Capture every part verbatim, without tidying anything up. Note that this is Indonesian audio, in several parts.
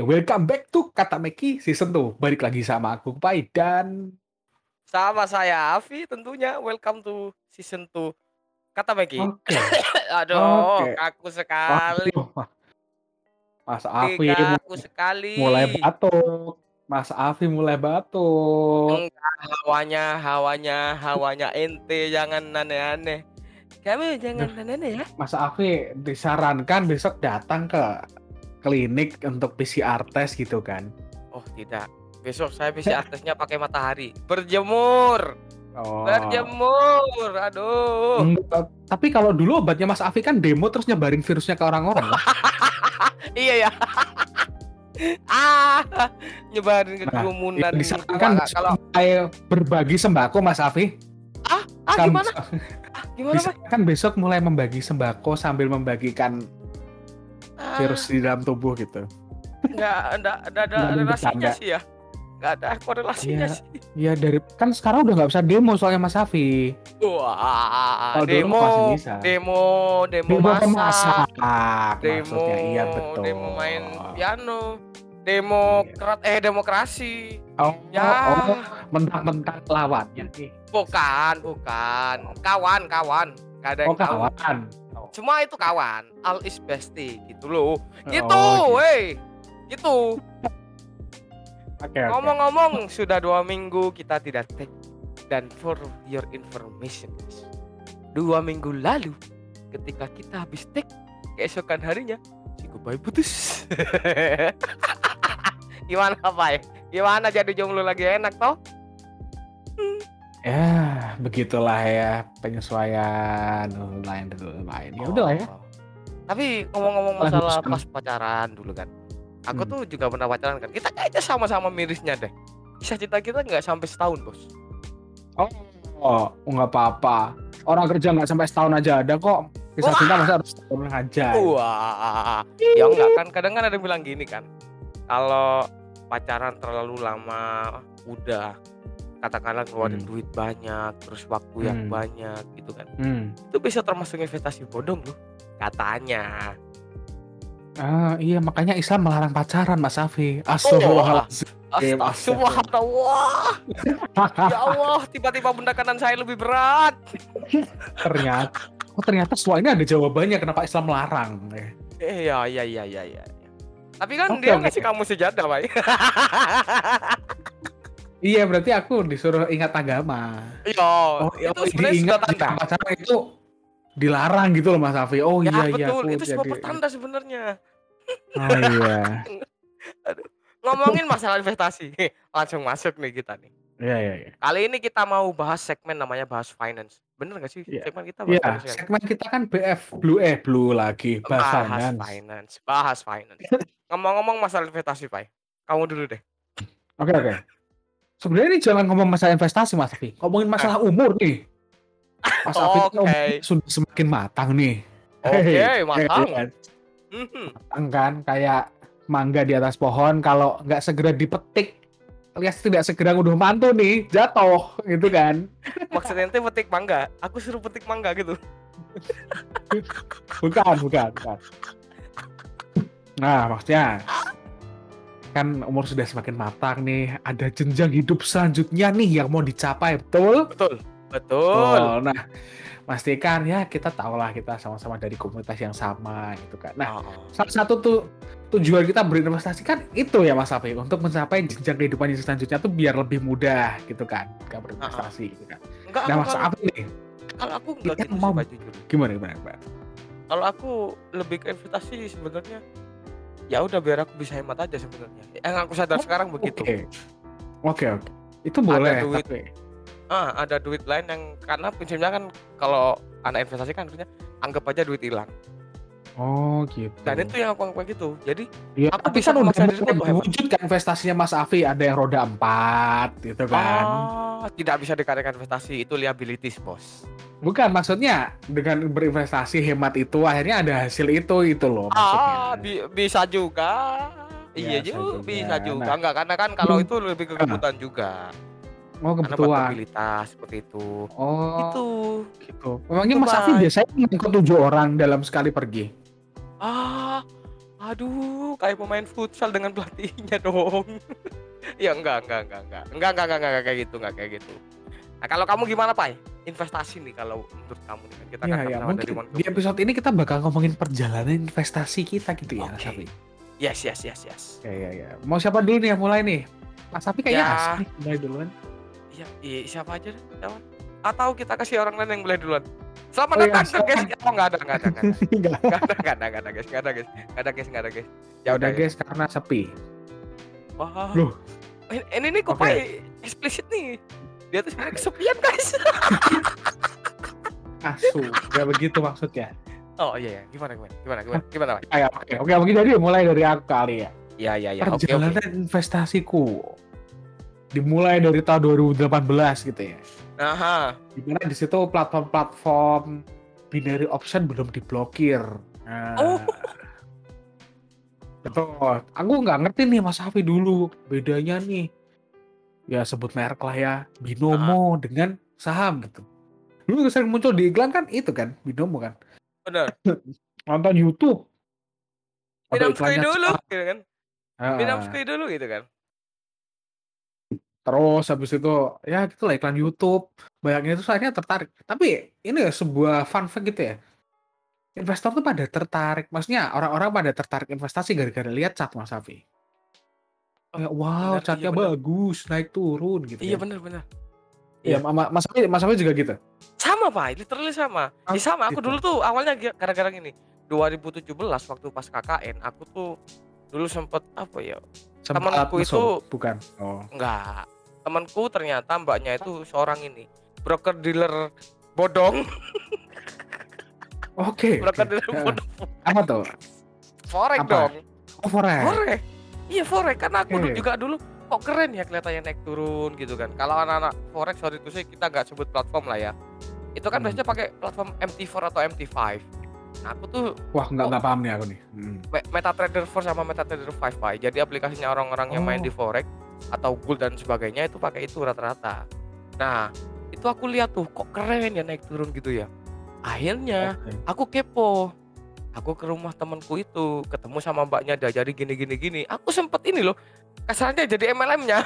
welcome back to Kata Meki Season dua. Balik lagi sama aku, Pai, dan Sama saya Avi tentunya, welcome to season dua Kata Meki. Oke, Aduh, oke. kaku sekali, Waduh, Ma- Mas Avi kaku mu- sekali. mulai batuk. Mas Avi mulai batuk. Enggak, hawanya hawanya hawanya ente jangan aneh-aneh. Kamu Duh, jangan aneh-aneh ya. Mas Avi disarankan besok datang ke klinik untuk P C R test gitu kan? Oh, tidak. Besok saya P C R testnya pakai matahari. Berjemur. Oh, Berjemur. Aduh. enggak. Tapi kalau dulu obatnya Mas Avi kan demo terus nyebarin virusnya ke orang-orang lah. Iya ya. Ah, nyebarin ke Nah, kerumunan. yang disarankan Wah, kalau mulai berbagi sembako, Mas Avi. ah, ah Sam- gimana? Ah, gimana, Bisa Pak? kan besok mulai membagi sembako sambil membagikan Ah, virus di dalam tubuh gitu. Enggak, enggak, enggak ada Nggak ada yang relasinya bercanda. sih ya. Enggak ada korelasinya Iya, sih. iya dari kan sekarang udah nggak bisa demo soalnya Mas Afi. Wah, Kalau dulu demo, masih bisa. demo, demo Demo masak, pemasak demo, maksudnya, iya betul. demo main piano, demo Iya. kerat, eh demokrasi. Oh, Ya, oh, mentang-mentang lawannya nih. bukan, bukan. Kawan, kawan. Gak ada Oh yang tahu. kawan. Oh, Semua itu kawan. All is bestie gitu loh. Gitu, oh, gitu. weh. Gitu. Oke, oke. Ngomong-ngomong, sudah dua minggu kita tidak take. Dan for your information, dua minggu lalu, ketika kita habis take, keesokan harinya, si Kubai putus. Gimana, Pai? Gimana jadi jomblo lagi enak, toh? Ya, begitulah ya penyesuaian lain dan lain. Ya udah lah ya. Oh. Tapi ngomong-ngomong Lah, masalah bosan. pas pacaran dulu kan, aku Hmm. tuh juga pernah pacaran kan. Kita kayaknya sama-sama mirisnya deh. Kisah cinta kita nggak sampai setahun, bos. Oh, oh, nggak apa-apa. Orang kerja nggak sampai setahun aja ada kok. Kisah Wah. cinta masa harus setahun aja. Wah, ya enggak kan? Kadang kan ada yang bilang gini kan, kalau pacaran terlalu lama, udah katakanlah ngeluarin Hmm. duit banyak, terus waktu yang Hmm. banyak gitu kan, Hmm. itu bisa termasuk investasi bodong loh, katanya. Ah, iya makanya Islam melarang pacaran, Mas Safi. Astagfirullahaladzim. Astagfirullah. Ya Allah, tiba-tiba bunda kanan saya lebih berat. Ternyata, oh ternyata setelah ini ada jawabannya kenapa Islam melarang. Eh. Iya, iya, iya, iya, iya. Tapi kan Oke, dia oke. ngasih kamu sejadah, Pak. Iya berarti aku disuruh ingat agama. Iya, Oh, itu oh, sebenarnya diingat sudah tanda. jika pacaran itu dilarang gitu loh Mas Safi. Oh Ya iya iya betul, aku itu sebuah jadi. pertanda sebenarnya. Oh iya. Aduh. Ngomongin masalah investasi, langsung masuk nih kita nih. Iya iya iya. Kali ini kita mau bahas segmen namanya bahas finance. Bener gak sih Iya. segmen kita bahas Iya, finance kan? segmen kita kan B F Blue eh Blue lagi bahas Bahas finance. finance, bahas finance. Ngomong-ngomong masalah investasi, Pak. Kamu dulu deh. Oke oke. Sebenarnya ini jangan ngomong masalah investasi Mas Safi, ngomongin masalah umur nih. Mas Safi kan Oke. umurnya sudah semakin matang nih. Oke, Hei, matang. iya kan? Mhm. Matang kan kayak mangga di atas pohon kalau nggak segera dipetik alias tidak segera udah mantu nih jatuh gitu kan. Maksudnya ente petik mangga, aku suruh petik mangga gitu. Bukan bukan bukan. Nah maksudnya kan umur sudah semakin matang nih, ada jenjang hidup selanjutnya nih yang mau dicapai, betul? Betul. Betul. Oh, nah pastikan ya kita tahu lah kita sama-sama dari komunitas yang sama gitu kan. Nah Oh. salah satu tuh tujuan kita berinvestasi kan itu ya Mas Safi, untuk mencapai jenjang kehidupan yang selanjutnya tuh biar lebih mudah gitu kan kita berinvestasi gitu kan. Enggak, Nah aku Mas kalau, Safi nih kalau aku enggak kita gitu sih, mau Pak, jujur. gimana gimana Mbak? Kalau aku lebih ke investasi sebenarnya. Ya udah biar aku bisa hemat aja sebenarnya. Yang aku sadar sekarang begitu. Oke oke oke itu boleh duit. tapi Ah, ada duit lain yang karena prinsipnya kan kalau anak investasi kan harusnya anggap aja duit hilang. oh gitu. Dan itu yang aku anggap gitu. Jadi Ya, aku tapi bisa kan udah memaksa diriku untuk hemat. wujud kan investasinya Mas Afi, ada yang roda empat gitu kan. Ah, tidak bisa dikatakan investasi, itu liabilities, bos. Bukan maksudnya dengan berinvestasi hemat itu akhirnya ada hasil itu itu loh maksudnya. Ah, bi- bisa juga. Iya Biasa juga, juga. bisa juga. Nah, Enggak, karena kan kalau belum- itu lebih ke kebutuhan juga. oh Karena buat kebetulan. mobilitas seperti itu. Oh Itu. gitu. Memangnya Itu, Mas Afi Bay. biasanya ngikut tujuh orang dalam sekali pergi? Ah, Aduh, kayak pemain futsal dengan pelatihnya dong. Ya enggak, enggak, enggak, enggak. Enggak, enggak, enggak, enggak kayak gitu, enggak kayak gitu. Nah, kalau kamu gimana, Pai? Investasi nih kalau menurut kamu nih kan kita Iya kan ya, sama-sama dari mungkin One di Group. episode ini kita bakal ngomongin perjalanan investasi kita gitu ya, Mas Oke. Safi. Yes, yes, yes, yes. Ya ya ya. Mau siapa dulu nih yang mulai nih? Mas Safi kayaknya asik Ya, nih mulai duluan. iya, iya, siapa aja deh, siapa? Atau kita kasih orang lain yang mulai duluan. Selamat Oh iya, datang ke guys. silakan. Oh, enggak ada, enggak ada, enggak ada. Enggak. Enggak ada, enggak ada, enggak ada, guys. Enggak ada, guys. Enggak ada, guys, enggak ada, guys. Ya Ya udah udah ya. guys, karena sepi. Wah, Loh, ini, ini nih kok oke. Pai eksplisit nih. Dia tuh sebenarnya kesepian, guys. Asu, nggak begitu maksudnya. Oh iya ya, gimana gimana? Gimana gimana? Gimana, Pai? Ayo, oke, oke, mungkin jadi mulai dari aku kali ya. Iya, iya, iya. Oke, oke. Perjalanan investasiku dimulai dari tahun dua ribu delapan belas gitu ya. Aha. Dimana di situ platform-platform binary option belum diblokir. Nah, Oh, betul. Aku nggak ngerti nih Mas Hafi dulu bedanya nih. Ya sebut merek lah ya, Binomo dengan saham gitu. Dulu sering muncul di iklan kan itu kan, Binomo kan. benar. Nonton YouTube, ada Minum skui iklannya dulu, saham. gitu kan? Minum Heeh. skui dulu, gitu kan? Terus habis itu ya gitulah iklan YouTube. Banyaknya itu saya tertarik. Tapi ini ya sebuah fun fact gitu ya. Investor tuh pada tertarik. Maksudnya orang-orang pada tertarik investasi gara-gara lihat chart Mas Safi. Oh, Kayak wow, benar. Iya chartnya benar. bagus, naik turun gitu Iya kan. benar benar. Iya, Iya. Ma- Mas Safi, Mas Safi juga gitu. Sama, Pak. Literally sama. Oh, Ya sama. Aku gitu. dulu tuh awalnya gi- gara-gara gini. dua ribu tujuh belas waktu pas K K N, aku tuh dulu sempet apa ya? Sempat Temanku mesum, itu bukan? Oh. enggak. Temanku ternyata mbaknya itu seorang ini broker dealer bodong, Oke, broker oke. dealer Heeh. bodong. Apa tuh? Forex Apa? dong. Oh, forex. Forex. Iya forex karena aku Oke. du- juga dulu kok keren ya kelihatannya naik turun gitu kan. Kalau anak-anak forex sorry itu sih kita nggak sebut platform lah ya. Itu kan Hmm. biasanya pakai platform M T four atau M T five. Nah, aku tuh Wah, nggak kok nggak paham nih aku nih. Hmm. Me- MetaTrader four sama MetaTrader five Pak. Jadi aplikasinya orang-orang yang main Oh. di forex atau gold dan sebagainya itu pakai itu rata-rata. Nah, itu aku lihat tuh kok keren ya naik turun gitu ya. Akhirnya Oke. aku kepo. Aku ke rumah temanku itu, ketemu sama mbaknya diajari gini gini gini. Aku sempet ini loh, kasarnya jadi M L M-nya.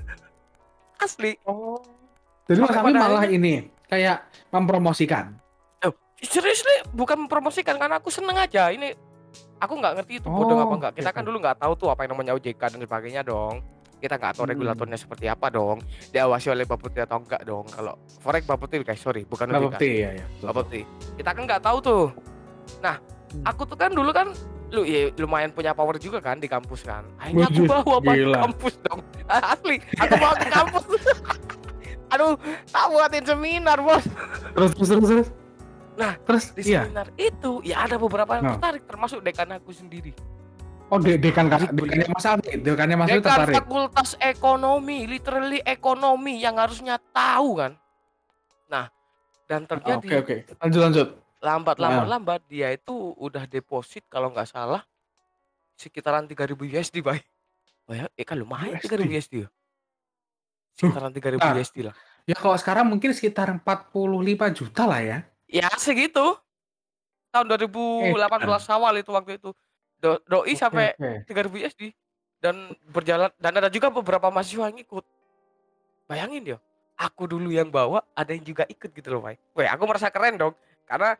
Asli. Oh. Jadi Mas Sampai Safi pada malah akhirnya, ini kayak mempromosikan. oh, seriously bukan mempromosikan karena aku seneng aja. Ini aku nggak ngerti itu bodong apa Oh, nggak. oke, Kita kan oke. dulu nggak tahu tuh apa yang namanya O J K dan sebagainya dong. Kita nggak tahu Hmm. regulatornya seperti apa dong. Diawasi oleh Bapepti atau enggak dong. Kalau forex Bapepti guys, sorry, bukan Nggak O J K. bukti ya ya. Betul. Bapepti. Kita kan nggak tahu tuh. Nah, Hmm. aku tuh kan dulu kan lu ya, lumayan punya power juga kan di kampus kan. Akhirnya aku Wujud, bawa Pak, ke gila. kampus dong. Asli, aku bawa ke kampus. Aduh, tak buatin seminar, Bos. Terus terus terus terus. Nah, Terus di iya. seminar itu ya ada beberapa yang Nah. tertarik termasuk dekan aku sendiri. Oh, de- dekan Tertarik Kak, dekannya beliau. Mas Safi, dekannya Mas Safi Dekan tertarik. fakultas ekonomi, literally ekonomi yang harusnya tahu kan. Nah, dan Ah, Oke terjadi oke. Lanjut lanjut. lambat Nah, lambat lambat dia itu udah deposit kalau nggak salah sekitaran tiga ribu U S D, Bay. Oh ya, eh kan lumayan tiga ribu U S D. U S D ya. Huh. Sekitaran tiga ribu Nah, U S D lah. ya kalau sekarang mungkin sekitar empat puluh lima juta lah ya. Ya segitu. Tahun dua ribu delapan belas Edan. awal itu waktu itu. Do- doi Oke sampai oke. tiga ribu U S D dan berjalan dan ada juga beberapa mahasiswa yang ikut. Bayangin ya, aku dulu yang bawa, ada yang juga ikut gitu loh, Bay. Weh, aku merasa keren dong. Karena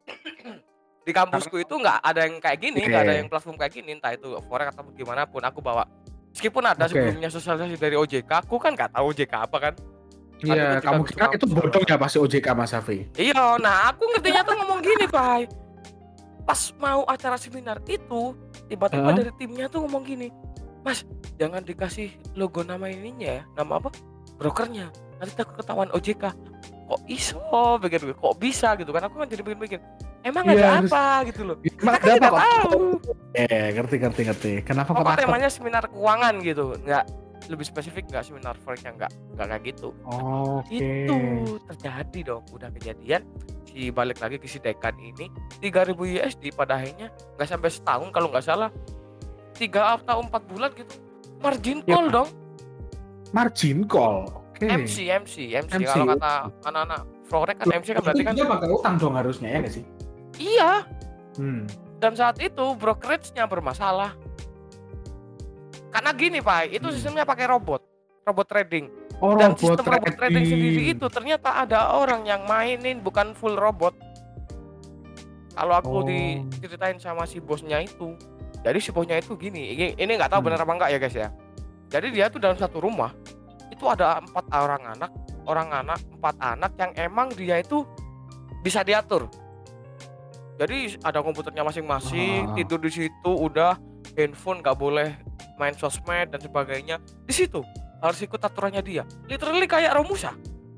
di kampusku itu nggak ada yang kayak gini, nggak ada yang Oke. platform kayak gini, entah itu forex atau gimana pun aku bawa. Meskipun ada Oke. sebelumnya sosialisasi dari O J K, aku kan nggak tahu O J K apa kan. Kan itu Iya, juga kamu lucu kira itu kampus bodong doang. ya pasti O J K Mas Safi. Iya, nah aku ngertinya tuh ngomong gini, Bay. Pas mau acara seminar itu, tiba-tiba Heeh. dari timnya tuh ngomong gini, Mas, jangan dikasih logo nama ininya ya, nama apa? Brokernya. Nanti takut ketahuan O J K. Kok iso? Pikir kok bisa gitu kan? Aku kan jadi pikir-pikir. Emang Iya, ada harus apa gitu loh. Emang Kita kan ada apa tidak kok? tahu. Eh, ngerti ngerti ngerti. Kenapa kok Pokok takut? temanya seminar keuangan gitu. Enggak lebih spesifik enggak seminar forex yang enggak enggak kayak gitu. Oke. Itu terjadi dong, udah kejadian. Si balik lagi ke si dekan ini tiga ribu U S D pada akhirnya nggak sampai setahun kalau nggak salah tiga atau empat bulan gitu margin Iya. call dong. Margin call. Oke. M C M C M C M C. kalau kata anak-anak forex kan M C kan berarti kan Dia pakai utang dong harusnya ya nggak sih? iya. Hmm. Dan saat itu brokerage-nya bermasalah. Karena gini Pak, itu Hmm. sistemnya pakai robot, robot trading. Oh, Dan robot sistem robot trading sendiri trading. itu ternyata ada orang yang mainin bukan full robot. Kalau aku Oh. diceritain sama si bosnya itu, jadi si bosnya itu gini, ini ini nggak tahu Hmm. benar apa enggak ya guys ya. Jadi dia tuh dalam satu rumah itu ada empat orang anak, orang anak empat anak yang emang dia itu bisa diatur. Jadi ada komputernya masing-masing, Ah. tidur di situ, udah handphone nggak boleh main sosmed dan sebagainya. Di situ harus ikut aturannya dia. Literally kayak Romusa.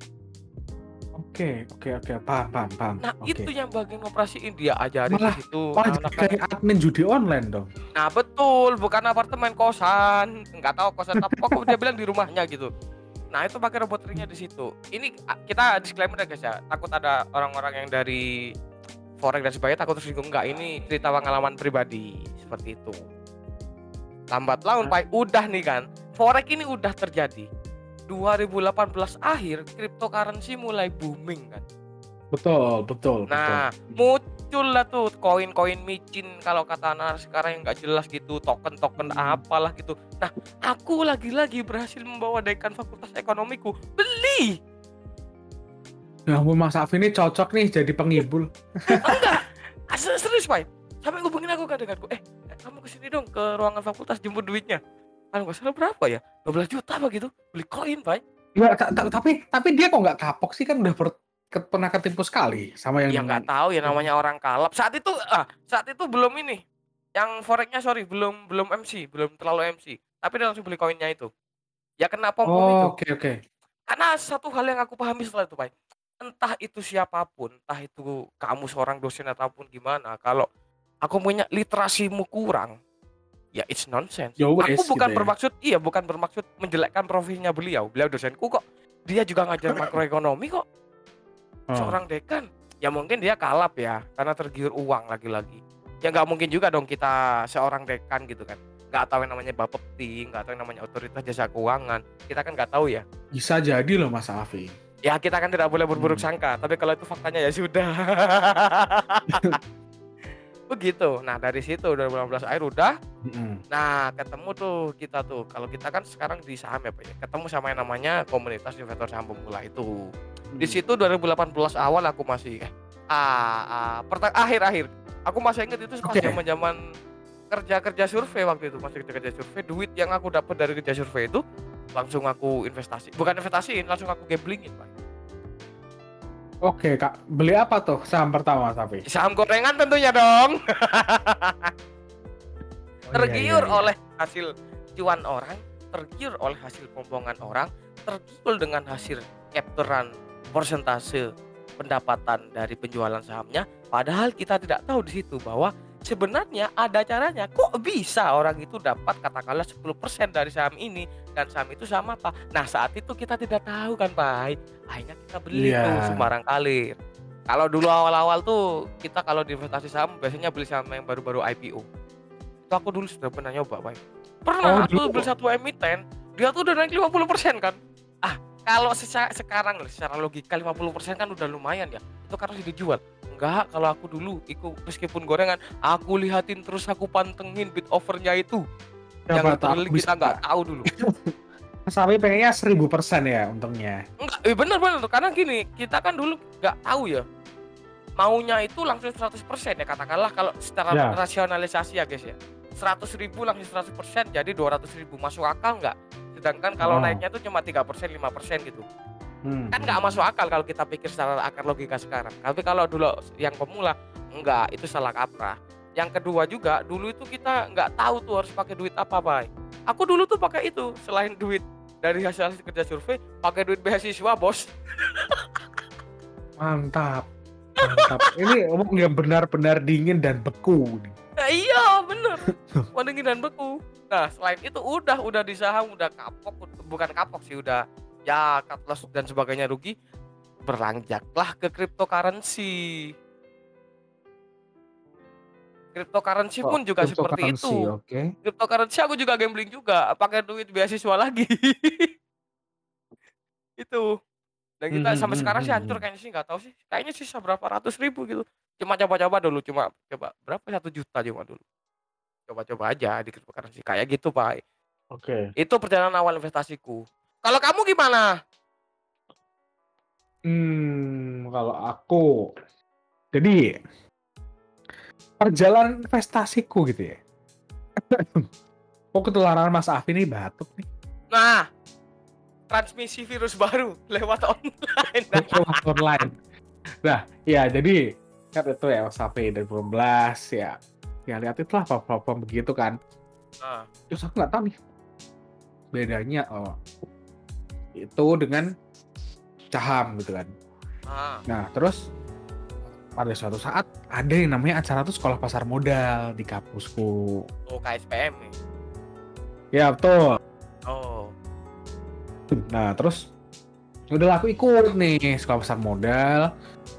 Oke, oke, oke, paham, paham, paham. Nah, Oke. itu yang bagian operasiin dia ajarin Malah- di situ Malah jadi anak-anak. kayak admin judi online dong. Nah, betul, bukan apartemen, kosan. Nggak tahu kosan apa, kok dia bilang di rumahnya gitu. Nah, itu pakai robot tradingnya di situ. Ini a- kita disclaimer ya guys ya. Takut ada orang-orang yang dari forex dan sebagainya takut tersinggung. Enggak, ini cerita pengalaman pribadi seperti itu. Lambat laun Pak, udah nih kan. Forex ini udah terjadi. dua ribu delapan belas akhir cryptocurrency mulai booming kan. Betul, betul, Nah, betul. muncul lah tuh koin-koin micin kalau kata anak sekarang yang nggak jelas gitu, token-token Hmm. apalah gitu. Nah, aku lagi-lagi berhasil membawa dekan fakultas ekonomiku beli. Ya ampun, Mas Afi ini cocok nih jadi penghibur. Enggak, ah, se- serius Pak. Sampai ngubungin aku kan denganku, eh kamu kesini dong ke ruangan fakultas jemput duitnya. Kan nggak salah berapa ya? dua belas juta apa gitu. Beli koin Pak. Ya, ta- ta- tapi tapi dia kok nggak kapok sih, kan udah per- ke- pernah ketipu sekali sama yang Ya nggak tahu ya namanya orang kalap. Saat itu ah, saat itu belum ini. Yang forexnya sorry, belum belum M C, belum terlalu M C. Tapi dia langsung beli koinnya itu. Ya kena pom pom itu. Oh, oke, oke. Karena satu hal yang aku pahami setelah itu, Pak. Entah itu siapapun, entah itu kamu seorang dosen ataupun gimana, kalau aku punya literasimu kurang, ya it's nonsense. Ya wes, Aku bukan gitu ya. bermaksud, iya bukan bermaksud menjelekkan profesinya beliau. Beliau dosenku kok. Dia juga ngajar makroekonomi kok. Oh. Seorang dekan. Ya mungkin dia kalap ya, karena tergiur uang lagi-lagi. Ya nggak mungkin juga dong kita seorang dekan gitu kan. Nggak tahu yang namanya Bapepti, nggak tahu yang namanya otoritas jasa keuangan. Kita kan nggak tahu ya. Bisa jadi loh Mas Afi. Ya kita kan tidak boleh berburuk Hmm. sangka, tapi kalau itu faktanya ya sudah. Begitu. Nah dari situ dua ribu delapan belas akhir udah. Mm-mm. Nah ketemu tuh kita tuh. Kalau kita kan sekarang di saham ya Pak ya. Ketemu sama yang namanya komunitas investor saham pemula itu. Di Hmm. situ dua ribu delapan belas awal aku masih eh ah, ah perta- akhir-akhir. Aku masih ingat itu pas Oke. zaman-zaman kerja-kerja survei waktu itu, masih kerja-kerja survei. Duit yang aku dapat dari kerja survei itu langsung aku investasi. Bukan investasiin, langsung aku gamblingin, Pak. Oke, Kak. Beli apa tuh saham pertama Mas Afi? Saham gorengan tentunya dong. Oh, Tergiur iya, iya, iya. oleh hasil cuan orang, tergiur oleh hasil pombongan orang, tergiur dengan hasil capturean persentase pendapatan dari penjualan sahamnya, padahal kita tidak tahu di situ bahwa sebenarnya ada caranya. Kok bisa orang itu dapat katakanlah sepuluh persen dari saham ini dan saham itu sama apa? Nah, saat itu kita tidak tahu kan, Pak. Akhirnya kita beli Iya. tuh sembarang kalir. Kalau dulu awal-awal tuh kita kalau di investasi saham biasanya beli saham yang baru-baru I P O. Itu aku dulu sudah pernah nyoba, Pak. Pernah Oh, aku dulu. beli satu emiten, dia tuh udah naik lima puluh persen kan. Ah, kalau seca- sekarang loh, secara logika lima puluh persen kan udah lumayan ya. Itu karena sudah dijual. Enggak, kalau aku dulu ikut meskipun gorengan, aku lihatin terus, aku pantengin bid overnya itu. Yang Berapa tuh? literally Aku bisa kita nggak tahu dulu. Mas Afi pengennya seribu persen ya untungnya. Enggak, eh bener-bener karena gini, kita kan dulu nggak tahu ya. Maunya itu langsung seratus persen ya katakanlah kalau secara Ya. rasionalisasi ya guys ya. seratus ribu langsung seratus persen jadi dua ratus ribu, masuk akal nggak? Sedangkan kalau Oh. naiknya itu cuma tiga persen, lima persen gitu. Hmm. Kan nggak masuk akal kalau kita pikir secara akar logika sekarang. Tapi kalau dulu yang pemula, enggak, itu salah kaprah. Yang kedua juga, dulu itu kita nggak tahu tuh harus pakai duit apa, Pak. Aku dulu tuh pakai itu, selain duit dari hasil hasil kerja survei, pakai duit beasiswa, Bos. Mantap. Mantap. Ini ngomong yang benar-benar dingin dan beku nih. Nah, iya, bener. Mendingin dan beku. Nah, selain itu udah udah di saham udah kapok, bukan kapok sih, udah ya cut loss dan sebagainya rugi. Berlanjaklah ke cryptocurrency. Cryptocurrency pun juga seperti Cryptocurrency, itu. Oke. Cryptocurrency aku juga gambling juga, pakai duit beasiswa lagi. Itu. Dan kita Hmm, sampai hmm, sekarang hmm, sih hancur hmm. kayaknya sih, nggak tahu sih. Kayaknya sisa berapa ratus ribu gitu. Cuma coba-coba dulu, cuma coba berapa, satu juta cuma dulu. Coba-coba aja di cryptocurrency kayak gitu, Pak. Oke. Itu perjalanan awal investasiku. Kalau kamu gimana? Hmm, kalau aku, jadi perjalanan investasiku gitu ya. Kok ketularan Mas Afi nih batuk nih. Nah, transmisi virus baru lewat online. Lewat online. Nah, ya jadi kan itu ya Mas Afi dua ribu enam belas ya. Ya lihat itulah platform begitu kan. Nah, Terus aku nggak tahu nih bedanya oh, itu dengan saham gitu kan. ah, Nah, terus pada suatu saat ada yang namanya acara tuh sekolah pasar modal di kampusku. oh K S P M nih. Ya betul. Oh, Nah terus udah aku ikut nih sekolah pasar modal.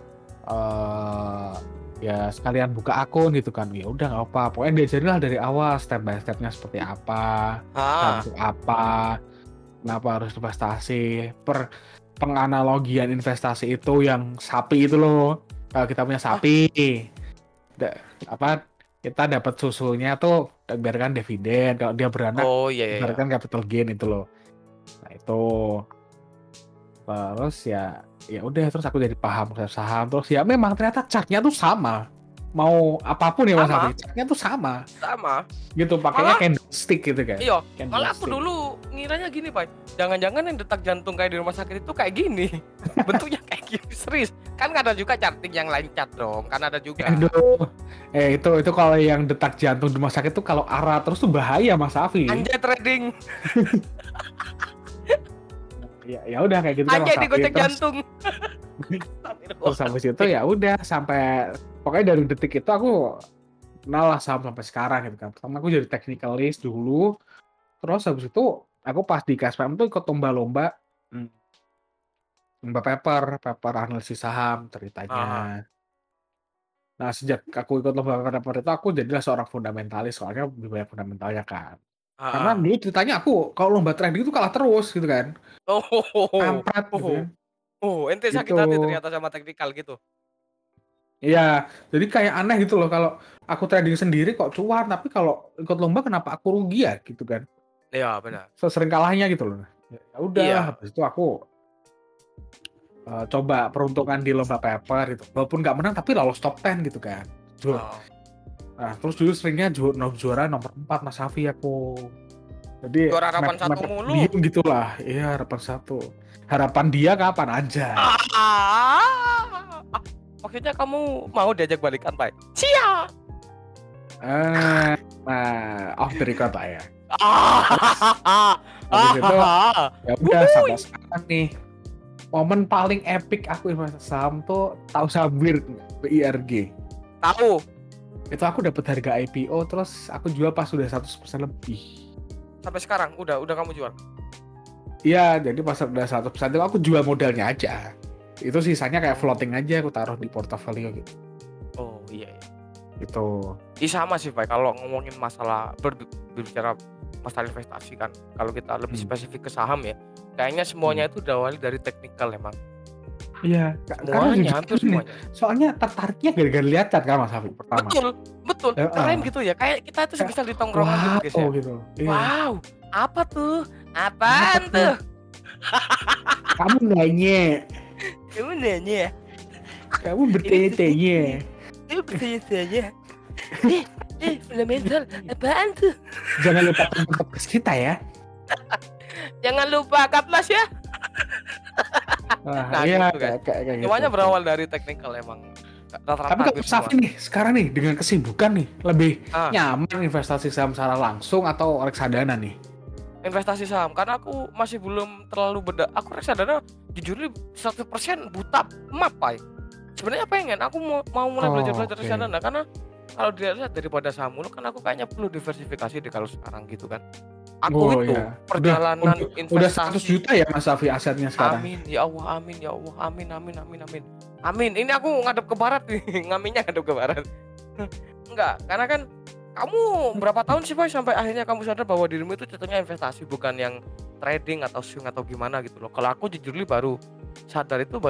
eh ya sekalian buka akun gitu kan. Ya udah nggak apa. Pokoknya diajarin lah dari awal step by stepnya seperti apa, ah, untuk apa, kenapa harus investasi, per penganalogian investasi itu yang sapi itu loh. Kalau kita punya ah, sapi, da- apa kita dapat susunya tuh biarkan dividen, kalau dia beranak oh iya iya. iya. biarkan capital gain itu loh. Nah itu terus ya ya udah terus aku jadi paham konsep saham, terus ya memang ternyata chartnya tuh sama, mau apapun ya Mas Sama, Hafiz, chartnya tuh sama sama. gitu, pakainya Malah, candlestick gitu kan. iya, malah Candlestick. aku dulu ngiranya gini, Pak. Jangan-jangan yang detak jantung kayak di rumah sakit itu kayak gini. Bentuknya kayak gini, serius. Kan ada juga charting yang lancat dong, kan ada juga. Aduh, eh itu itu kalau yang detak jantung di rumah sakit tuh kalau arah terus tuh bahaya Mas Hafiz. Anjay trading, Ya ya udah kayak gitu kan anjay Mas Hafiz. digocek Terus, jantung. terus habis itu ya udah sampai pokoknya dari detik itu aku kenal lah saham sampai sekarang gitu kan. Pertama aku jadi technicalist dulu, terus habis itu aku pas di K S P M tuh ikut lomba-lomba, hmm, lomba paper, paper analisis saham Ah, ceritanya. Nah sejak aku ikut lomba paper itu aku jadilah seorang fundamentalis, soalnya lebih banyak fundamentalnya kan. Karena ah, ah. dulu ceritanya aku kalau lomba trading itu kalah terus gitu kan, Oh, oh, oh, kampret gitu oh, kan, oh, ente sakit gitu. hati ternyata sama teknikal gitu. Iya, jadi kayak aneh gitu loh kalau aku trading sendiri kok cuan, tapi kalau ikut lomba kenapa aku rugi ya gitu kan. Iya benar. Sesering kalahnya gitu loh. Ya udah, Iya. habis itu aku eh, coba peruntungan di lomba paper gitu. Walaupun nggak menang tapi lolos top sepuluh gitu kan. Ju- Oh. Nah, terus dulu seringnya ju- no- juara nomor empat Mas Safi aku. Jadi Juara harapan mep- satu mepet mulu. diem gitu lah. Iya, harapan satu. Harapan dia kapan aja. Ah, ah, maksudnya kamu mau diajak balikan, Pak? Cia. Eh, nah, off the record lah ya. Ah, Habis itu ah, ya udah sampai sekarang nih. Momen paling epic aku investasi saham tuh tahu Sabir B I R G. tahu. Itu aku dapat harga I P O terus aku jual pas sudah seratus persen lebih. Sampai sekarang udah udah kamu jual. Iya, jadi pas udah seratus persen itu aku jual modalnya aja. Itu sisanya kayak floating aja aku taruh di portofolio gitu. Oh iya. iya. Itu. Ih, sama sih, Pak. Kalau ngomongin masalah ber- berbicara masalah investasi kan, kalau kita lebih Hmm. spesifik ke saham ya, kayaknya semuanya itu diawali dari teknikal emang. Iya, ka- karena Semuanya, jujur hampir gini, semuanya. soalnya tertariknya gara-gara lihat kan Mas Hafiz pertama. Betul, betul. Ya, Keren ah. gitu ya. Kayak kita itu Kayak, bisa di tongkrongan gitu, guys ya. wow gitu. Iya. Wow, apa tuh? Apa Apaan tuh? tuh? Kamu nanya, Kamu nanya. kamu bertanya-tanya. Kamu bertanya-tanya. Eh, eh, fundamental. Apaan tuh? Jangan lupa tonton podcast kita ya. Jangan lupa Katlas ya. Nah, Nah, iya, gitu, guys. kayak, kayak, kayak Semuanya gitu. berawal dari teknikal emang. Rata-rata Tapi kalau hampir Mas Safi semua. nih, sekarang nih dengan kesibukan nih, lebih Ah. nyaman investasi saham secara langsung atau reksadana nih? Investasi saham karena aku masih belum terlalu beda. Aku reksadana jujur nih seratus persen buta map, Pak. Sebenarnya pengen aku mau mau mulai Oh, belajar-belajar oke. reksadana karena kalau dilihat daripada saham mulu kan aku kayaknya perlu diversifikasi deh kalau sekarang gitu kan. Aku Oh itu iya. perjalanan udah, investasi. udah seratus juta ya Mas Safi asetnya sekarang? Amin ya Allah, amin ya Allah, amin amin amin amin. Amin. Ini aku ngadep ke barat nih, ngaminnya ngadep ke barat. Enggak, karena kan kamu berapa tahun sih, Pak, sampai akhirnya kamu sadar bahwa dirimu itu cocoknya investasi bukan yang trading atau swing atau gimana gitu loh. Kalau aku jujur li baru sadar itu baru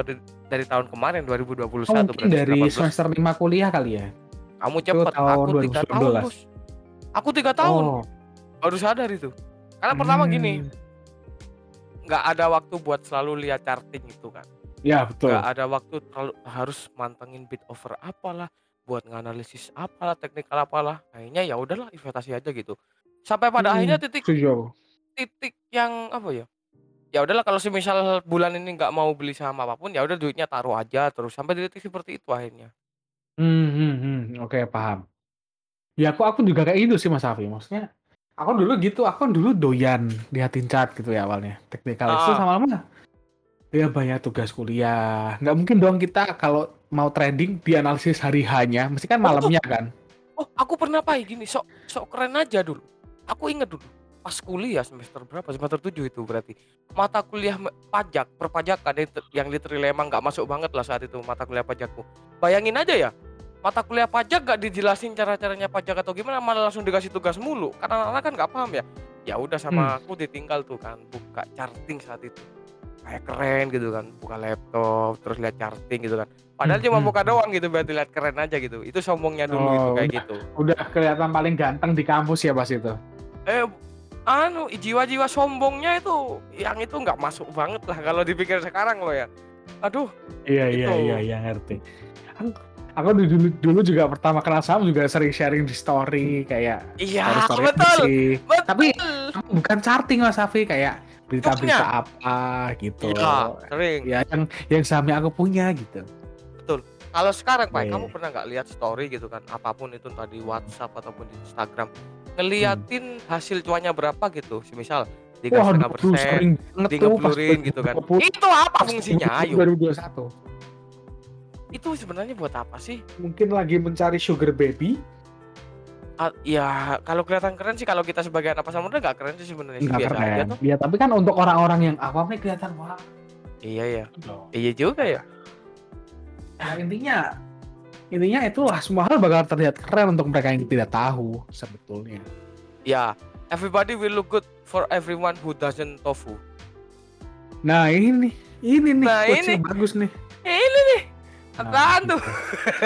dari tahun kemarin dua ribu dua puluh Oh, satu mungkin berarti dari delapan belas. semester lima kuliah kali ya? Kamu Itu cepet, tahun aku tiga tahun, dua ribu sembilan belas. Bos. Aku tiga tahun Oh. baru sadar itu. Karena pertama gini, Hmm. nggak ada waktu buat selalu lihat charting itu kan. Ya, Nggak betul. ada waktu terlalu harus mantengin bid over apalah, buat nganalisis apalah, teknikal apalah. Akhirnya ya udahlah investasi aja gitu. Sampai pada akhirnya Hmm, titik setuju. titik yang apa ya? Ya udahlah kalau semisal bulan ini nggak mau beli saham apapun, ya udah duitnya taruh aja terus sampai di titik seperti itu akhirnya. Hmm, hmm, hmm. Oke, paham. Ya aku aku juga kayak gitu sih Mas Afi. Maksudnya aku dulu gitu, aku kan dulu doyan liatin chart gitu ya awalnya. Teknikal itu Ah, sama-sama ya banyak tugas kuliah. Nggak mungkin dong kita kalau mau trading dianalisis hari hanya, mesti kan oh malamnya kan. oh aku pernah pai gini, sok sok keren aja dulu. Aku inget dulu pas kuliah semester berapa? Semester tujuh itu berarti. Mata kuliah me- pajak, perpajakan yang, ter- yang literally emang nggak masuk banget lah saat itu mata kuliah pajakku. Bayangin aja ya, mata kuliah pajak gak dijelasin cara-caranya pajak atau gimana, malah langsung dikasih tugas mulu. Karena anak-anak kan nggak paham ya. Ya udah Hmm. sama aku ditinggal tuh kan buka charting saat itu. Kayak keren gitu kan, buka laptop terus lihat charting gitu kan. Padahal Hmm, cuma hmm, buka hmm. doang gitu berarti lihat keren aja gitu. Itu sombongnya dulu itu Oh, kayak udah gitu. udah kelihatan paling ganteng di kampus ya pas itu. Eh anu jiwa-jiwa sombongnya itu yang itu nggak masuk banget lah kalau dipikir sekarang loh ya. Aduh, Iya iya itu. iya iya ngerti. Aku, aku dulu dulu juga pertama kenal saham juga sering sharing di story kayak Iya, story-story aja betul. sih. Tapi Betul. bukan charting Mas Safi kayak berita-berita Cuannya. apa gitu. Iya, sering. Ya yang yang sahamnya aku punya gitu. Betul. Kalau sekarang, Pak, kamu Iya. pernah nggak lihat story gitu kan, apapun itu entah di WhatsApp ataupun di Instagram, Hmm. ngeliatin hasil cuannya berapa gitu, semisal tiga Wah, setengah dulu persen, sering banget di tuh pas ngeblurin gitu kan. dua ribu dua puluh, Itu apa pas fungsinya? Ayo. dua ribu dua puluh satu. Itu sebenarnya buat apa sih? Mungkin lagi mencari sugar baby. Ah, ya kalau kelihatan keren sih, kalau kita sebagai anak pasar muda nggak keren sih sebenarnya sih, Nggak biasa aja keren. tuh. Ya tapi kan untuk orang-orang yang awam nih kelihatan wah. Iya ya. Loh. Iya juga ya. Nah, intinya intinya itulah semua hal bakal terlihat keren untuk mereka yang tidak tahu sebetulnya. Ya, everybody will look good for everyone who doesn't tofu. Nah ini ini nih Nah, quotes ini yang bagus nih. ini nih. Nah, Apaan tuh? gitu.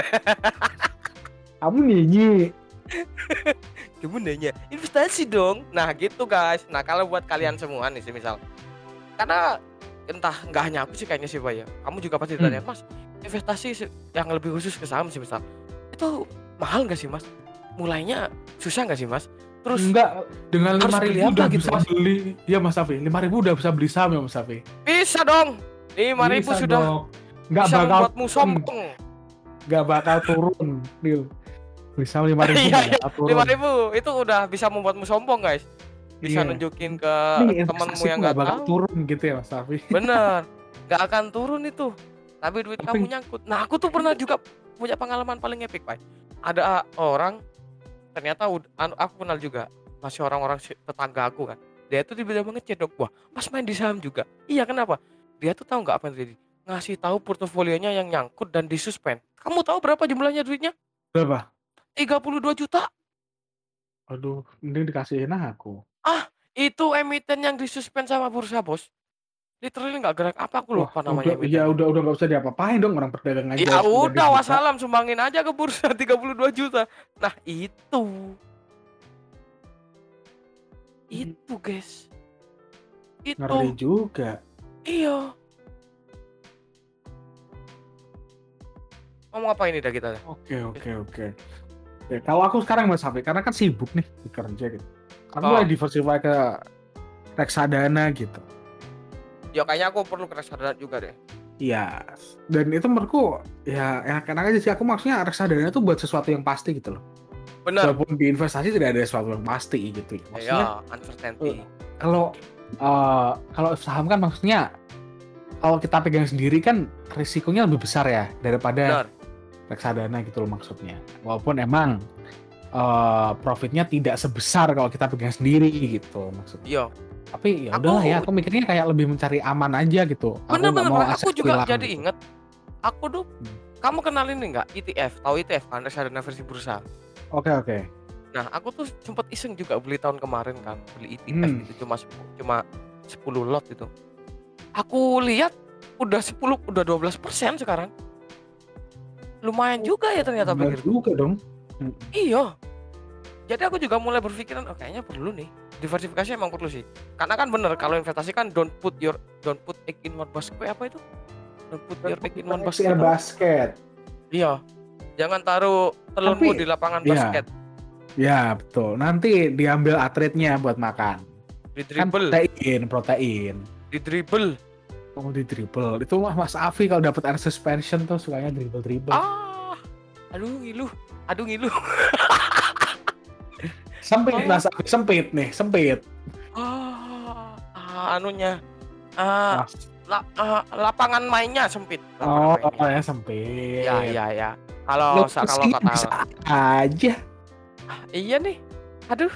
Kamu nyanyi. Kamu nanya investasi dong. Nah gitu guys. Nah kalau buat kalian semua nih semisal, karena entah nggak hanya aku sih kayaknya sih Pak ya, kamu juga pasti ditanya, Hmm. Mas investasi se- yang lebih khusus ke saham sih misal, itu mahal nggak sih Mas? Mulainya susah nggak sih Mas? Terus Enggak, dengan harus lima beli ribu apa udah gitu, bisa Mas? beli. Ya Mas Safi, lima ribu udah bisa beli saham ya Mas Safi. Bisa dong. lima ribu Bisa sudah dong. Nggak bisa bakal membuatmu turun. sombong. Nggak bakal turun. Deal. Beli saham lima ribu Iya, nggak bakal turun. lima ribu itu udah bisa membuatmu sombong guys. Bisa Iya. nunjukin ke Nih temanmu investasi yang nggak nggak bakal tahu. turun gitu ya Mas Safi. Bener, nggak akan turun itu. Tapi duit Tapi- kamu nyangkut. Nah aku tuh pernah juga punya pengalaman paling epic Pak. Ada orang ternyata ud- anu, aku kenal juga masih orang-orang si- tetangga aku kan. Dia tuh tiba-tiba ngechat dok, wah Mas main di saham juga. Iya kenapa? Dia tuh tahu nggak apa yang terjadi? Ngasih tahu portofolionya yang nyangkut dan disuspend. Kamu tahu berapa jumlahnya duitnya? Berapa? tiga puluh dua juta. Aduh, mending dikasihin aku. Ah, itu emiten yang disuspend sama bursa bos. Literally nggak gerak apa, aku Wah, lupa udah, namanya ya emitennya. udah udah nggak usah diapa-apain dong orang perdagang aja Ya udah udah dibuka. wassalam, sumbangin aja ke bursa tiga puluh dua juta. Nah, itu. Itu, guys. Ngeri Itu. juga. Iya. Ngomong apa ini dah kita? Oke oke oke. Oke, kalau aku sekarang Mas Safi, karena kan sibuk nih bekerja gitu. Aku Oh. mulai diversify ke reksadana gitu. Ya kayaknya aku perlu kesadaran juga deh. Iya. Dan itu menurutku ya enak-enak aja sih. Aku maksudnya reksadana itu buat sesuatu yang pasti gitu loh. Benar. Walaupun di investasi tidak ada sesuatu yang pasti gitu. Maksudnya Ya, uncertainty. kalau eh, kalau saham kan maksudnya kalau kita pegang sendiri kan risikonya lebih besar ya daripada Benar. reksadana gitu loh maksudnya. Walaupun emang eh, profitnya tidak sebesar kalau kita pegang sendiri gitu maksudnya. Iya. Tapi ya Aku- udahlah ya, aku mikirnya kayak lebih mencari aman aja gitu. Aku nggak Bener-bener, mau Pak. aset Aku juga hilang jadi gitu. inget. Aku tuh, Hmm. kamu kenal ini nggak? E T F. Tahu E T F kan? Reksadana versi bursa. Oke oke. Nah, aku tuh sempet iseng juga beli tahun kemarin kan, beli E T F Hmm. gitu cuma sepu- cuma sepuluh lot itu. Aku lihat udah sepuluh, udah dua belas persen sekarang. Lumayan juga ya ternyata Benar pikirku. juga dong. Mm. Iya. Jadi aku juga mulai berpikiran, oh kayaknya perlu nih. Diversifikasi emang perlu sih. Karena kan bener kalau investasi kan don't put your don't put egg in one basket, apa itu? Don't put your egg in one basket. Basket. apa? basket. Iya. Jangan taruh telurmu Tapi, di lapangan iya. basket. Ya betul. Nanti diambil atletnya buat makan. Di Kan dribble, protein, protein. di dribble. Oh di dribble. Itu mah Mas Afi kalau dapat air suspension tuh sukanya dribble dribble. Ah. Aduh ngilu. Aduh ngilu. Sempit Oh. Mas Afi, sempit nih, sempit. Ah, ah, anunya. Ah, Mas. la, ah, lapangan mainnya sempit. Oh, Lapangan mainnya. ya sempit. Ya, ya, ya. Lu Kalau sa- kalau sih kata bisa aja. ah, iya nih. Aduh.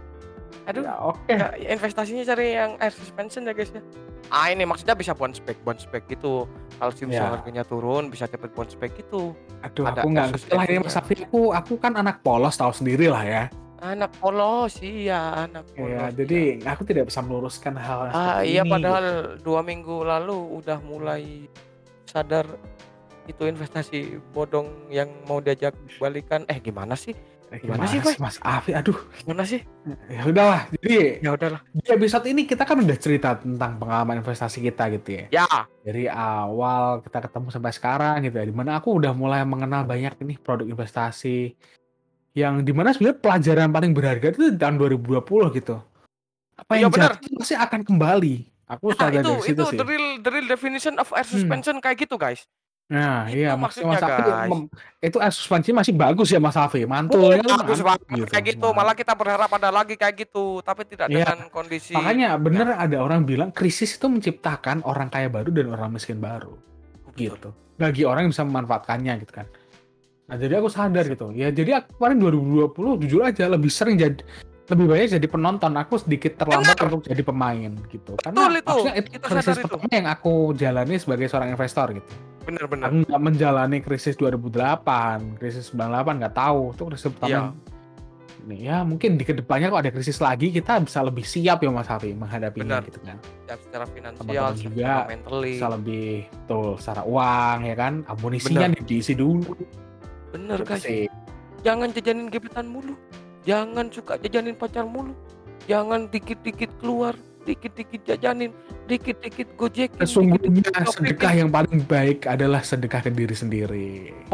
Aduh. Ya, oke. Ya, investasinya cari yang air suspension ya guys ya. Ah ini maksudnya bisa bounce back, bounce back gitu. Kalau sih Ya. harganya turun bisa cepet bounce back gitu. Aduh, Ada aku nggak air ngerti lah ini Mas suspensionnya. Afi. Aku, aku kan anak polos tahu sendiri lah ya. Anak polos iya, anak polos. Ya, iya. jadi aku tidak bisa meluruskan hal Ah seperti iya ini. padahal dua minggu lalu udah mulai sadar itu investasi bodong yang mau diajak balikan. Eh gimana sih? Eh, Gimana gimana sih, Pak? Mas Afi? Aduh, Gimana sih? ya udahlah. Jadi Ya udahlah. di episode ini kita kan udah cerita tentang pengalaman investasi kita gitu ya. Ya, Dari awal kita ketemu sampai sekarang gitu ya. Dimana aku udah mulai mengenal banyak ini produk investasi. Yang dimana sebenarnya pelajaran paling berharga itu di tahun dua ribu dua puluh gitu. Apa iya yang benar. jatuh pasti akan kembali. Aku Nah, sadar itu dari situ itu sih. the real the real definition of air Hmm. suspension kayak gitu, guys. Nah, Itu iya maksudnya maksudnya, Mas Afi guys. mem- itu air suspensi masih bagus ya Mas Afi. Mantulnya tuh Bagus mantap banget kayak gitu. Malah kita berharap ada lagi kayak gitu, tapi tidak Iya. dengan kondisi. Makanya bener Ya, ada orang bilang krisis itu menciptakan orang kaya baru dan orang miskin baru. betul. Gitu. Bagi orang yang bisa memanfaatkannya gitu kan. Nah, jadi aku sadar gitu. Ya, jadi aku kemarin dua ribu dua puluh jujur aja lebih sering jadi lebih banyak jadi penonton. Aku sedikit terlambat Benar. untuk jadi pemain gitu. Betul Karena itu. maksudnya itu Kita krisis sadar itu. pertama yang aku jalani sebagai seorang investor gitu. Benar-benar. Aku nggak menjalani krisis dua ribu delapan, krisis sembilan puluh delapan nggak tahu. Itu krisis pertama. Iya. Nih, ya mungkin di kedepannya kalau ada krisis lagi kita bisa lebih siap ya Mas Hafi menghadapinya Benar. gitu kan. Ya, secara finansial, Teman-teman juga secara mentally. bisa lebih tuh secara uang ya kan. Amunisinya Benar. diisi dulu. Bener, Gitu guys. sih. Jangan jajanin gebetan mulu. Jangan suka jajanin pacar mulu. Jangan dikit-dikit keluar, dikit-dikit jajanin, dikit-dikit gojekin, Sesungguhnya dikit-dikit sedekah shopping. yang paling baik adalah sedekah ke diri sendiri.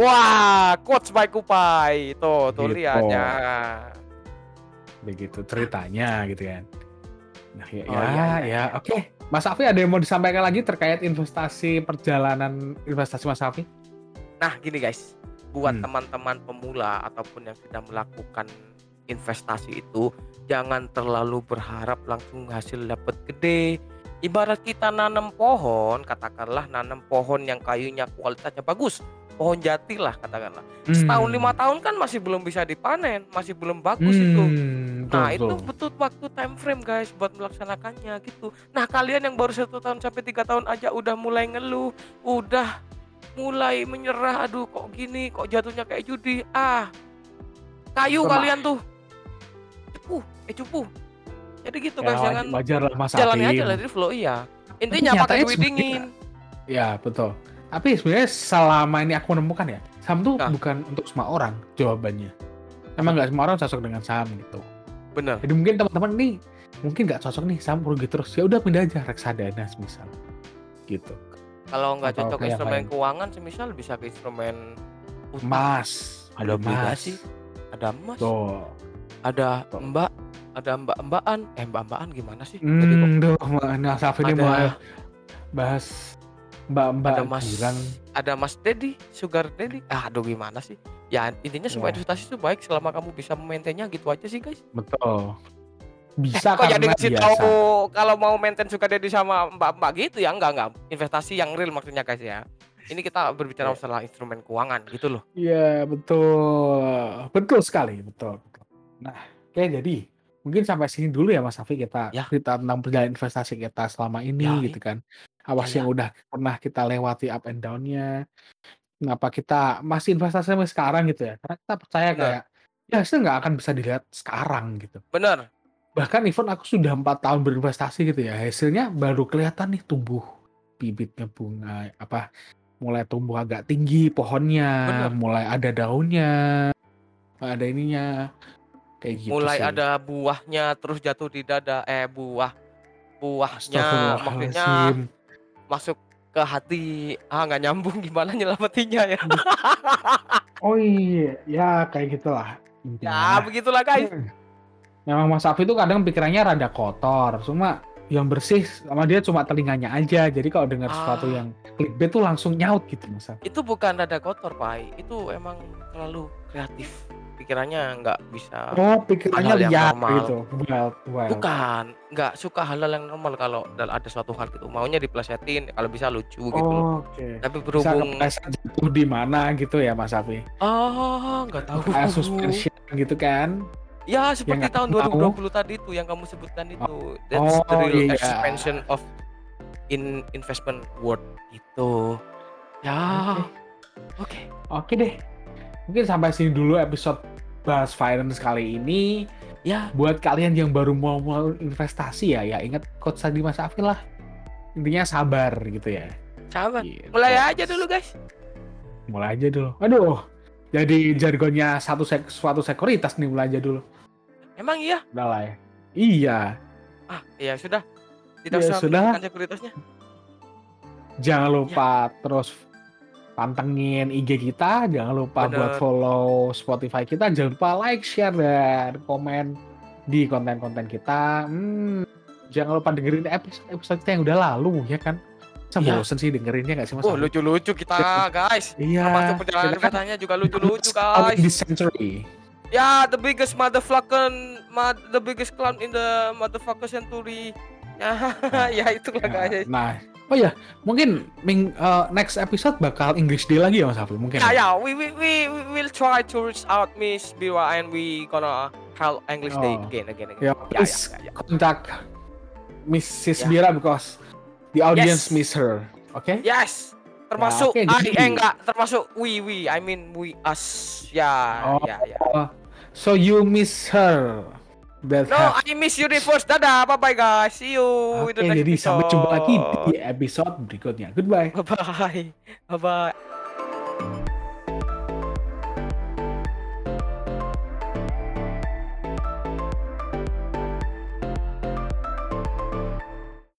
Wah, quotes by Kupai. Tuh, tuh Gitu. lihat ya. Begitu ceritanya gitu kan. Nah, ya Oh, ya, iya, iya, ya, iya. oke. Mas Afi ada yang mau disampaikan lagi terkait investasi perjalanan investasi Mas Afi? Nah, gini guys, buat Hmm. teman-teman pemula ataupun yang sudah melakukan investasi itu, jangan terlalu berharap langsung hasil dapat gede. Ibarat kita nanam pohon, katakanlah nanam pohon yang kayunya kualitasnya bagus, pohon jati lah katakanlah. Setahun Hmm. lima tahun kan masih belum bisa dipanen, masih belum bagus itu. Hmm, Nah, betul, itu betul. butuh waktu time frame guys buat melaksanakannya gitu. Nah, kalian yang baru satu tahun sampai tiga tahun aja udah mulai ngeluh, udah mulai menyerah, aduh kok gini, kok jatuhnya kayak judi. Ah, kayu Lemah. kalian tuh. Cepu, eh cupu. Jadi gitu guys, Ya, jangan wajar lah Mas jalani Afi. aja lah di flow iya. Intinya nyatanya pakai duit sebenarnya- dingin. Ya, betul. Tapi sebenarnya selama ini aku menemukan ya, saham tuh Nah. bukan untuk semua orang jawabannya. Emang nggak semua orang cocok dengan saham gitu. Bener. Jadi mungkin teman-teman nih mungkin nggak cocok nih saham rugi terus. Ya udah pindah aja reksadana semisal. Gitu. Kalau nggak Atau cocok kayak instrumen lain. keuangan, semisal bisa ke instrumen utang. Emas, Ada emas. obligasi, ada emas, Tuh. ada Tuh. mbak, ada mbak-mbakan. Eh mbak-mbakan gimana sih? Jadi kok Hmm, duh, Mas Safi ini ada mau bahas mbak-mbak ada mas girang. ada mas daddy, sugar daddy. Ah, aduh gimana sih? Ya intinya semua Ya. investasi itu baik selama kamu bisa memaintainnya gitu aja sih guys. Betul. Eh, Bisa kok jadi karena kasih biasa. tahu kalau mau maintain sugar daddy sama mbak-mbak gitu ya? Enggak enggak. Investasi yang real maksudnya guys ya. Ini kita berbicara Ya. masalah instrumen keuangan gitu loh. Iya, betul. Betul sekali, betul. Nah, oke jadi mungkin sampai sini dulu ya Mas Safi kita Ya. cerita tentang perjalanan investasi kita selama ini Ya, gitu kan. Apa Ya, sih yang ya. udah pernah kita lewati up and down-nya. Kenapa kita masih investasi sampai sekarang gitu ya. Karena kita percaya Bener. kayak ya hasilnya nggak akan bisa dilihat sekarang gitu. Bener. Bahkan even aku sudah empat tahun berinvestasi gitu ya, hasilnya baru kelihatan nih tumbuh bibitnya bunga apa mulai tumbuh agak tinggi pohonnya, Bener. mulai ada daunnya, ada ininya. Kayak gitu Mulai sih. ada buahnya terus jatuh di dada. Eh buah buahnya maksudnya Astagfirullahaladzim. masuk ke hati. Ah nggak nyambung gimana nyelamatinnya ya. Oh iya, ya kayak gitulah Ya intinya. begitulah guys. Hmm. Memang Mas Afi itu kadang pikirannya rada kotor, cuma yang bersih sama dia cuma telinganya aja. Jadi kalau dengar sesuatu Ah, yang clickbait tuh langsung nyaut gitu Mas Afi. itu bukan rada kotor Pak. Itu emang terlalu kreatif. Pikirannya nggak bisa Oh, pikirannya hal-hal yang liar normal. gitu. Wild, wild. Bukan, nggak suka hal-hal yang normal kalau dal- ada suatu hal gitu. Maunya diplesetin, kalau bisa lucu gitu loh. Oh, oke. Tapi Bisa berhubung kepleset jatuh di mana gitu ya Mas Afi. ah nggak tahu. Kayak suspension gitu kan. Ya Yang seperti nggak tahun mau. dua ribu dua puluh tadi itu yang kamu sebutkan itu. That's the Oh real iya. expansion of in investment world itu. Ya, Oke. oke. Oke deh. Mungkin sampai sini dulu episode bahas finance kali ini. Ya, Buat kalian yang baru mau mau investasi ya, ya ingat quotes tadi Mas Afil lah. Intinya sabar gitu ya. sahabat. Gitu. Mulai aja dulu guys. Mulai aja dulu. Aduh. Jadi jargonnya satu sek suatu sekuritas nih, mulai aja dulu. Emang iya? Udah lah ya. Iya. Ah, ya sudah. Tidak Ya usah sudah. menunjukkan sekuritasnya. Jangan lupa terus pantengin I G kita, jangan lupa Bener. buat follow Spotify kita, jangan lupa like, share, dan komen di konten-konten kita. Hmm, jangan lupa dengerin episode-episode kita yang udah lalu ya kan. Saya Iya. bosen sih dengerinnya gak sih Mas? Oh, lucu-lucu kita guys. Iya. Termasuk perjalanan kita kan katanya juga lucu-lucu clown in guys. this century. Ya, the biggest motherfucker, ma- the biggest clown in the motherfucker century. Ya, ya itulah Ya, guys. nah, oh ya, mungkin ming, uh, next episode bakal English Day lagi ya Mas Afil mungkin. Ya, ya, we we we we will try to reach out Miss Biwa and we gonna held English Day Oh. again again again. Ya, Ya, please ya, ya, ya. contact Missus Ya. Bira because the audience Yes. miss her. Oke? Yes. Termasuk oke, I jadi- eh enggak, termasuk we we. I mean we us. Ya, Oh. ya, ya. So you miss her. That No, have- I miss universe. Dadah, bye bye guys. See you Oke, in the next jadi sampai jumpa lagi episode. di episode berikutnya. Goodbye. Bye bye. Bye bye.